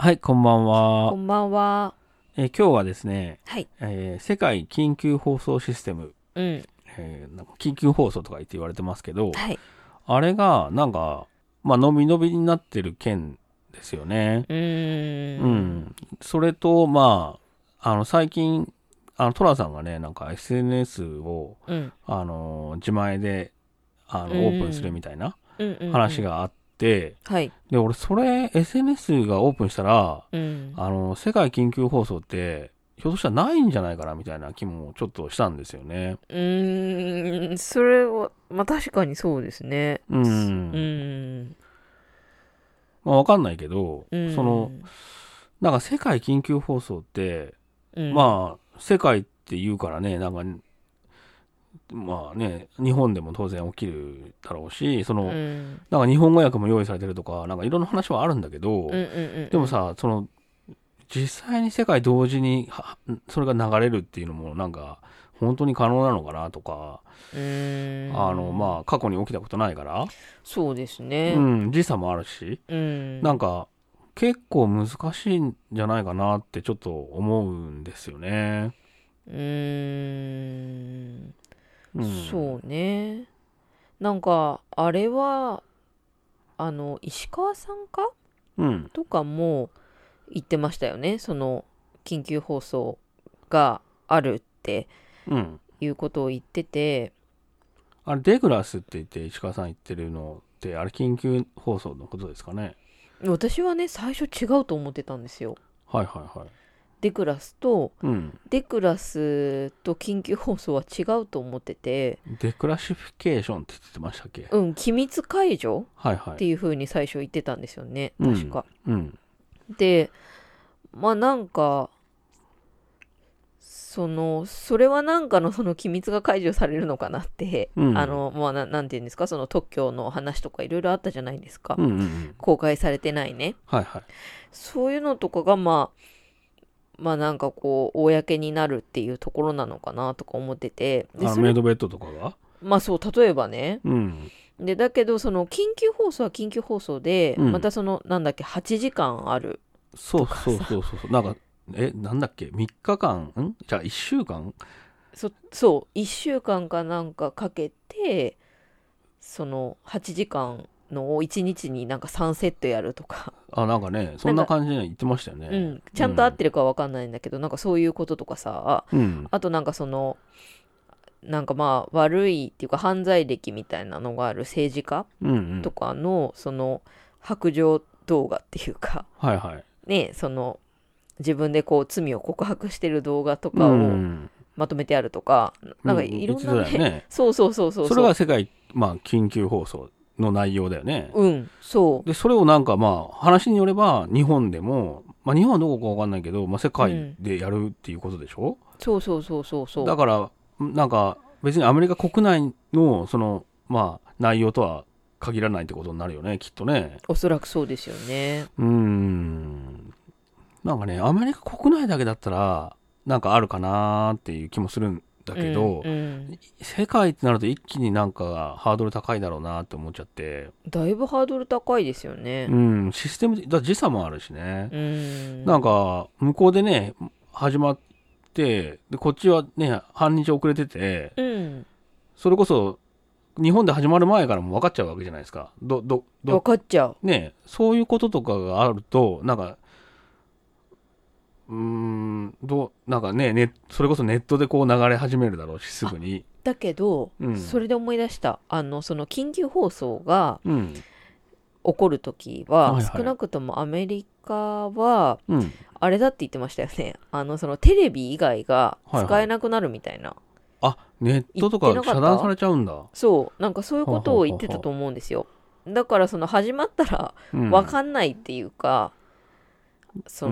はい、こんばんこは。 んばんは。 今日はですね、 はい。 世界緊急放送システム、 うん。 なんか緊急放送とか言って言われてますけど、 はい。 あれがなんか、まあ、伸び伸びになってる件ですよね。 うーん。 うん。それと、まあ、最近、トラさんがね、なんか SNS を、 うん。 自前で、 うオープンするん。 みたいなうん。うん。うん。 話があって、 はい。 で、俺、それ、SNS がオープンしたら、 うん。 世界緊急放送って、ひょっとしたらないんじゃないかなみたいな気もちょっとしたんですよね。 それは、まあ、確かにそうですね。 ううん。 ん。 まあわかんないけど、 うん。 なんか世界緊急放送って、 うん。 まあ、世界って言うからね、なんか、まあね、日本でも当然起きるだろうし、 うん。 なんか日本語訳も用意されてるとか、なんかいろんな話はあるんだけど、 うん。うん。うん。 でもさ、実際に世界同時にそれが流れるっていうのもなんか本当に可能なのかなとか、 うん。 まあ過去に起きたことないから、 そうですね。 うん、時差もあるし、 うん。 なんか結構難しいんじゃないかなってちょっと思うんですよね。 うーん。 うん。 そうね。なんか、あれは、石川さんかうん。 とかも言ってましたよね。その緊急放送があるってうん。 いうことを言ってて、 あれ、デグラスって言って石川さん言ってるのって、あれ緊急放送のことですかね。 私はね、最初違うと思ってたんですよ。 はいはいはい。 デクラスと、 うん。 デクラスと緊急放送は違うと思ってて、 デクラシフィケーションって言ってましたっけ？ うん、機密解除はいはい。 っていう風に最初言ってたんですよね。 うん。 確か。 うん。 で、まあなんか、それはなんかのその機密が解除されるのかなって、 うん。 まあなんて言うんですか、その特許の話とかいろいろあったじゃないですか。 うんうんうん。 公開されてないね。 はいはい。 そういうのとかがまあなんかこう、公になるっていうところなのかなとか思ってて。で、 メイドベッドとかが。 まあそう、例えばね。 うん。 で、だけど、その緊急放送は緊急放送で、 うん。 またなんだっけ、8時間あるそうそうとかさ。 そうそうそう。なんか、なんだっけ？ 3 日間じゃあ1週間。 そう、1週間かなんかかけて、その8時間のを1日になんか3セットやるとか。 なんかね、そんななんか、 感じで言ってましたよね。 ちゃんと合っうん。 てるかはわかんないんだけど、なんかそういうこととかさ、 うん。 あとなんかなんかまあ悪いっていうか犯罪歴みたいなのがある政治家うんうん。 とかの白状動画っていうか、 はいはい。 ね、自分でこう罪を告白してる動画とうかをん。 まとめてあるとか、なんかうん。 いろん言ってなね、 たよね。 そうそうそうそうそれがそ世界、まあ、緊急放送の内容だよね。 う。うん、そで、それをなんかまあ、話によれば、日本でも、まあ日本はどこかわかんないけど、まあ世う。う界ん。 でやるっていうことでしょ？ そうそうそうそうそだから、なんか、別にアメリカ国内の、まあ、内容とは限らないってことになるよね、きっとね。 う。おそらくそうですよね。 なんかね、アメリカ国内だけだったら、なんかあるかなーっていう気もするんだうん、 けど、 うん。 世界ってなると一気になんかハードル高いだろうなって思っちゃって、 だいぶハードル高いですよね。 システム、時差もあるしね。 うん。 なんか、向こうでね、始まって、で、こっちはね、半日遅れてて、 うん。 それこそ、日本で始まる前からも分かっちゃうわけじゃないですか。 わかっちゃう。 ね、そういうこととかがあると、なんか、なんかね、それこそネットでこう流れ始めるだろうし、すあ、 ぐに。 だけど、 うん。 それで思い出した。その緊急放送がうん。 起こるときは、 はいはい。 少なくともアメリカは、 うん。 あれだって言ってましたよね。そのテレビ以外が使はいはい。 えなくなるみたいな。 ネットと言ってか遮断さなかった？ れちゃうんだ。はそう。なんかそういうあ、はことをあはあはあ、 言ってたと思うんですよ。だから始まったらわうん。 かんないっていうか、 うん。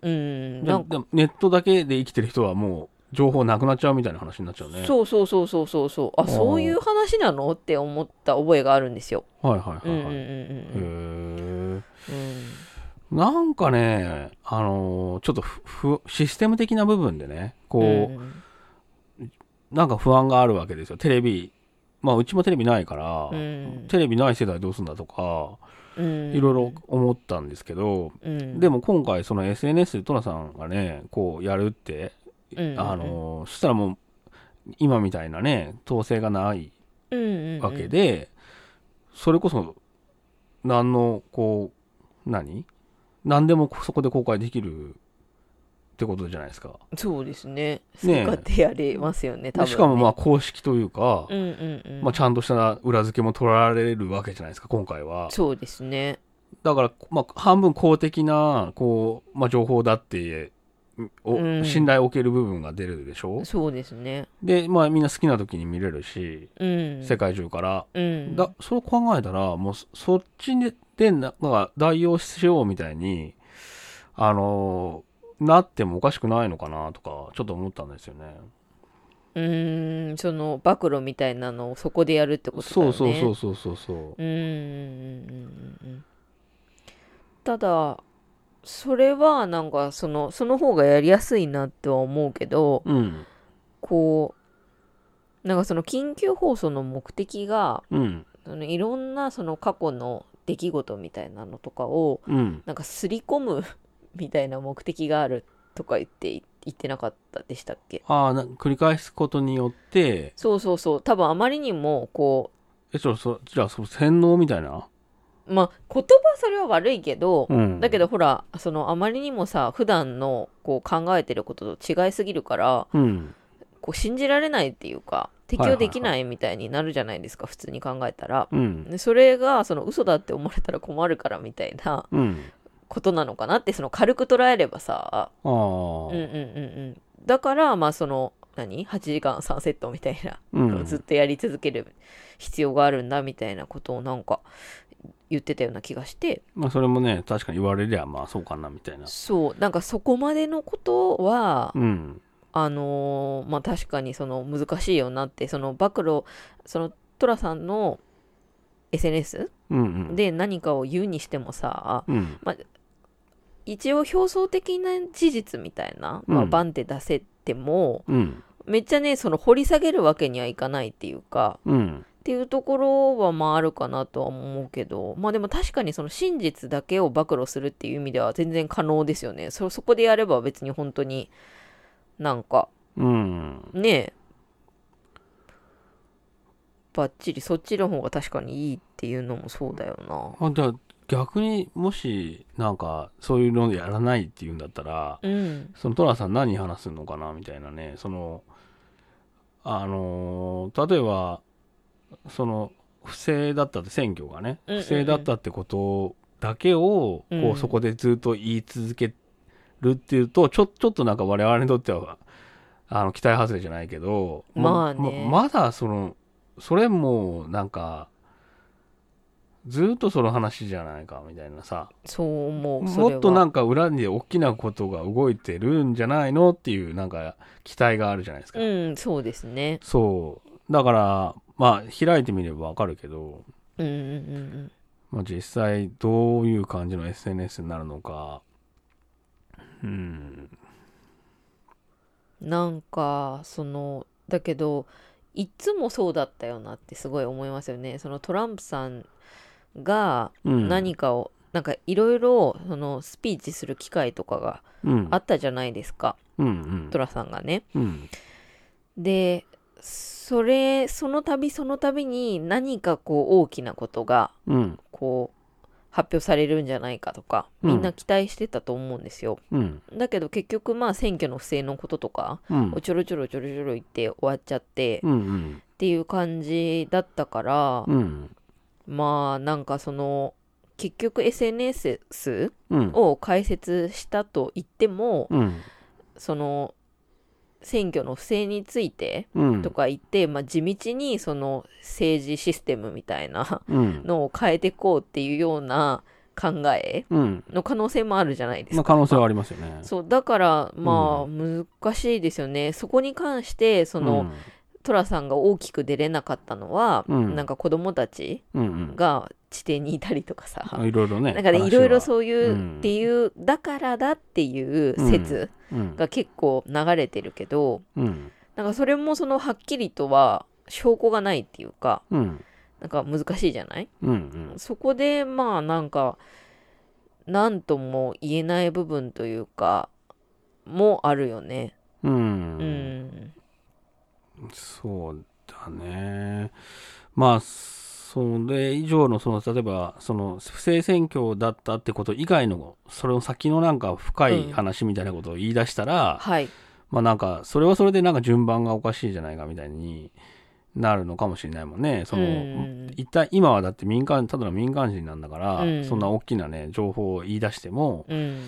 なんか、 でもネットだけで生きてる人はもう、情報なくなっちゃうみたいな話になっちゃうね。 そうそうそうそうそうそう。あ、 あそういうあ。 話なのって思った覚えがあるんですよ。 はいはいうんうんうんはいはい。へえ。 うんうん。うん。 なんかね、ちょっとシステム的な部分でね、 うこん。 う、なんか不安があるわけですよ。テレビ、まあうちもテレビないかうら、 ん。 テレビない世代どうすんだとか、 いろいろ思ったんですけど、でも今回その SNS でトラさんがねこうやるって、そしたらもう今みたいなね統制がないわけで、それこそ何のこう何でもそこで公開できるってことじゃないですか。 そうですね。好き勝手やれますよね、多分ね。 しかもまあ公式というか、まあ、ちゃんとした裏付けも取られるわけじゃないですか今回は。 そうですね。 だから、まあ、半分公的なこう、まあ、情報だって信頼を置ける部分が出るでしょ。 そうですね。 で、まあみんな好きな時に見れるし、世界中から、そう考えたらもうそっちでなんか代用しようみたいになってもおかしくないのかなとかちょっと思ったんですよね。 その暴露みたいなのをそこでやるってことだよね。 そう。 ただそれはなんかその方がやりやすいなっては思うけど、こうなんかその緊急放送の目的が、いろんなその過去の出来事みたいなのとかを、なんかすり込むみたいな目的があるとか言ってなかったでしたっけ？ 繰り返すことによって、 そう多分あまりにもこうじゃあその洗脳みたいな、 まあ言葉それは悪いけど、だけどほらそのあまりにもさ普段のこう考えてることと違いすぎるから、こう信じられないっていうか適用できないみたいになるじゃないですか、普通に考えたら、でそれがその嘘だって思われたら困るからみたいなことなのかなって、その軽く捉えればさ、だからまあその8時間3セットみたいなのをずっとやり続ける必要があるんだみたいなことをなんか言ってたような気がして、 まあそれもね確かに言われりゃまあそうかなみたいな。 そうなんかそこまでのことは、まあ確かにその難しいよなって、その暴露、そのトラさんの SNS、で何かを言うにしてもさ、まあ、一応表層的な事実みたいな、バンって出せても、めっちゃねその掘り下げるわけにはいかないっていうか、っていうところはまああるかなとは思うけど、まあでも確かにその真実だけを暴露するっていう意味では全然可能ですよね。そこでやれば別に本当になんか、ねえバッチリそっちの方が確かにいいっていうのもそうだよな。 じゃあ逆にもしなんかそういうのやらないっていうんだったら、そのトラさん何話すのかなみたいなね。その例えばその不正だったって選挙がね、不正だったってことだけをこうそこでずっと言い続けるっていうとちょっとなんか我々にとっては期待外れじゃないけど、 まあね、 まだそれもなんかずっとその話じゃないかみたいなさ。 そう思う。 もっとなんか裏に大きなことが動いてるんじゃないのっていうなんか期待があるじゃないですか。 そうですね。 そうだからまあ開いてみればわかるけど、まあ、実際どういう感じの SNS になるのか、 なんかそのだけどいつもそうだったよなってすごい思いますよね。そのトランプさんが何かを、なんかいろいろそのスピーチする機会とかがあったじゃないですか、トラさんがね、でその度に何かこう大きなことがこう発表されるんじゃないかとかみんな期待してたと思うんですよ、だけど結局まあ選挙の不正のこととかをちょろちょろ言って終わっちゃって、っていう感じだったから、まあなんかその結局 SNS を開設したと言っても、その選挙の不正についてとか言って、地道にその政治システムみたいなのを変えていこうっていうような考えの可能性もあるじゃないですか。 可能性はありますよね。 そうだからまあ難しいですよね。そこに関してその、トラさんが大きく出れなかったのは、なんか子供たちが地底にいたりとかさ、 いろいろね、 なんかねいろいろそういうっていう、だからだっていう説が結構流れてるけど、なんかそれもそのはっきりとは証拠がないっていうか、 なんか難しいじゃない？ うんうん、 そこでまあなんか何とも言えない部分というかもあるよね。 ううん、 ん、そうだね。まあそれ以上の例えば不正選挙だったってこと以外のそれの先のなんか深い話みたいなことを言い出したら、 はい。 まあなんかそれはそれでなんか順番がおかしいじゃないかみたいになるのかもしれないもんね。一体今はだってただの民間人なんだから、そんな大きなね、情報を言い出しても、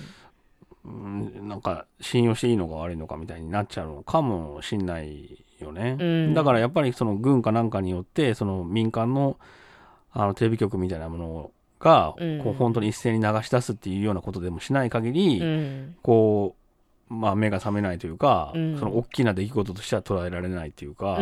なんか信用していいのか悪いのかみたいになっちゃうのかもしんないよね。だからやっぱり軍かなんかによって、民間のテレビ局みたいなものが、こう本当に一斉に流し出すっていうようなことでもしない限り、こう、まあ目が覚めないというか、大きな出来事としては捉えられないというか、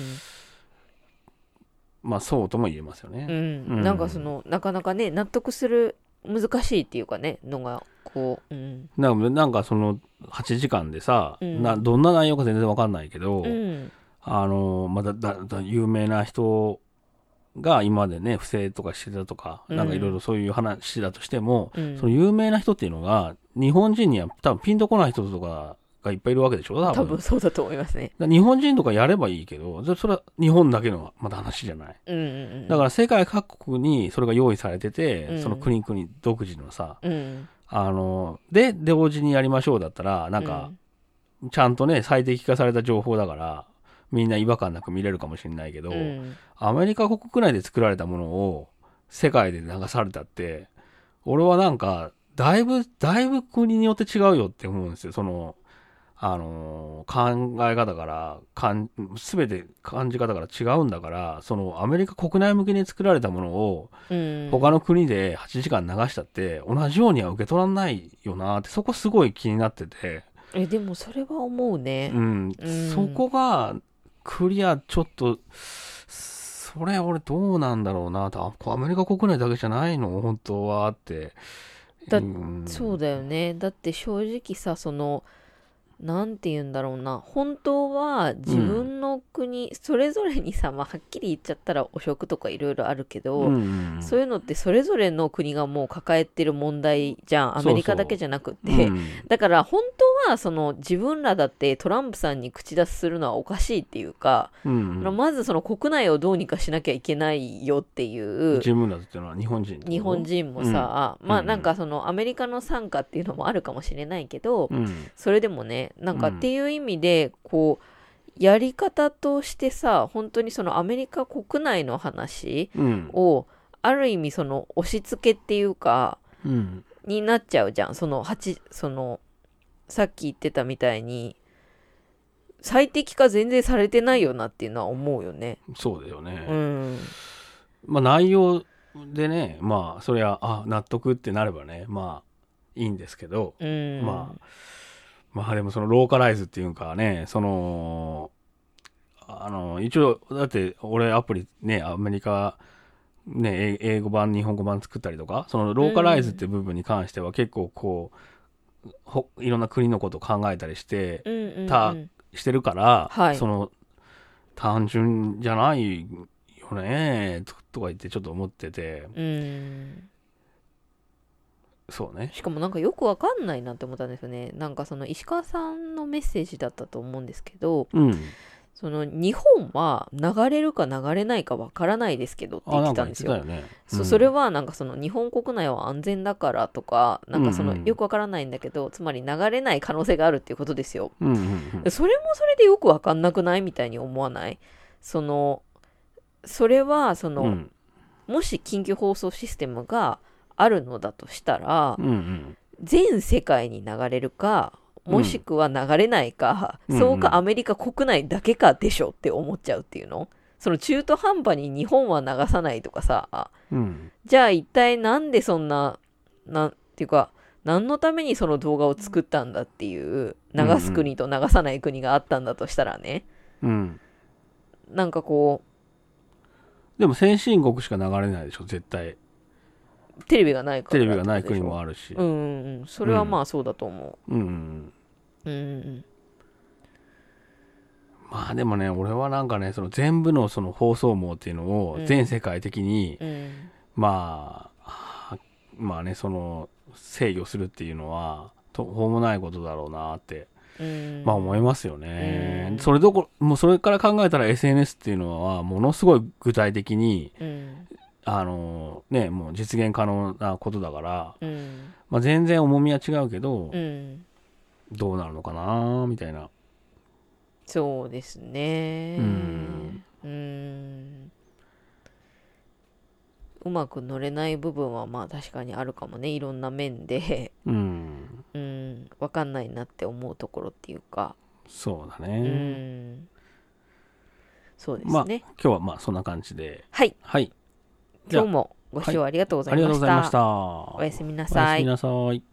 まあそうとも言えますよね。 なんかなかなかね納得する難しいっていうかねのがこう、 なんか8時間でさ、どんな内容か全然わかんないけど、まだ有名な人が今までね不正とかしてたとか、なんかいろいろそういう話だとしても、その有名な人っていうのが日本人には多分ピンとこない人とかがいっぱいいるわけでしょ。 多分そうだと思いますね。 日本人とかやればいいけど、それは日本だけのまた話じゃない。だから世界各国にそれが用意されてて、その国々独自のさ、で同時にやりましょうだったら、なんか、ちゃんとね、最適化された情報だから、みんな違和感なく見れるかもしれないけど、アメリカ国内で作られたものを世界で流されたって、俺はなんか、だいぶ国によって違うよって思うんですよ。考え方から、すべて感じ方から違うんだから、アメリカ国内向けに作られたものを、他の国で8時間流したって、同じようには受け取らないよなって、そこすごい気になってて。 でもそれは思うね。 そこが、クリアちょっと、それ俺どうなんだろうなと、アメリカ国内だけじゃないの本当はって。 そうだよね。だって正直さ、なんて言うんだろうな。本当は自分の国、それぞれにさ、まあ、はっきり言っちゃったら汚職とかいろいろあるけど、そういうのってそれぞれの国がもう抱えてる問題じゃん。アメリカだけじゃなくて。だから本当は自分らだってトランプさんに口出しするのはおかしいっていうか、まず国内をどうにかしなきゃいけないよっていう。 自分らっていうのは日本人もさ、まあなんかアメリカの傘下っていうのもあるかもしれないけど、それでもね、なんかっていう意味でこうやり方としてさ、本当にアメリカ国内の話を、ある意味押し付けっていうか、になっちゃうじゃん。さっき言ってたみたいに最適化全然されてないよなっていうのは思うよね。 そうだよね。まあ内容でね、まあそりゃ納得ってなればね、まあいいんですけど、まあでもローカライズっていうかね、一応、だって俺アプリね、アメリカ、ね、英語版、日本語版作ったりとか、ローカライズって部分に関しては結構こう、いろんな国のことを考えたりして、してるから、単純じゃないよね、とか言ってちょっと思ってて、そうね。 しかもなんかよくわかんないなって思ったんですよね。なんか石川さんのメッセージだったと思うんですけど、日本は流れるか流れないかわからないですけどって言ってたんですよ。それはなんか日本国内は安全だからとか、なんかよくわからないんだけど、つまり流れない可能性があるっていうことですよ。それもそれでよくわかんなくないみたいに思わない？それはもし緊急放送システムがあるのだとしたら、全世界に流れるか、もしくは流れないか、そうかアメリカ国内だけかでしょって思っちゃうっていうの。中途半端に日本は流さないとかさ、じゃあ一体なんでそんなんていうか、何のためにその動画を作ったんだっていう、流す国と流さない国があったんだとしたらね、なんかこうでも先進国しか流れないでしょ絶対。 テレビがないから。 テレビがない国もあるし。 それはまあそうだと思う。 まあでもね、俺はなんかね、その全部のその放送網っていうのを全世界的に、まあね、その制御するっていうのは途方もないことだろうなって、まあ思いますよね。もうそれから考えたら SNS っていうのはものすごい具体的に、もう実現可能なことだから、まあ全然重みは違うけど、どうなるのかなみたいな。 そうですね。うまく乗れない部分はまあ確かにあるかもね、いろんな面でわかんないなって思うところっていうか。 そうだね。 そうですね。まあ、今日はまあそんな感じで。 はい。今日もご視聴ありがとうございました。ありがとうございました。おやすみなさい。 おやすみなさい。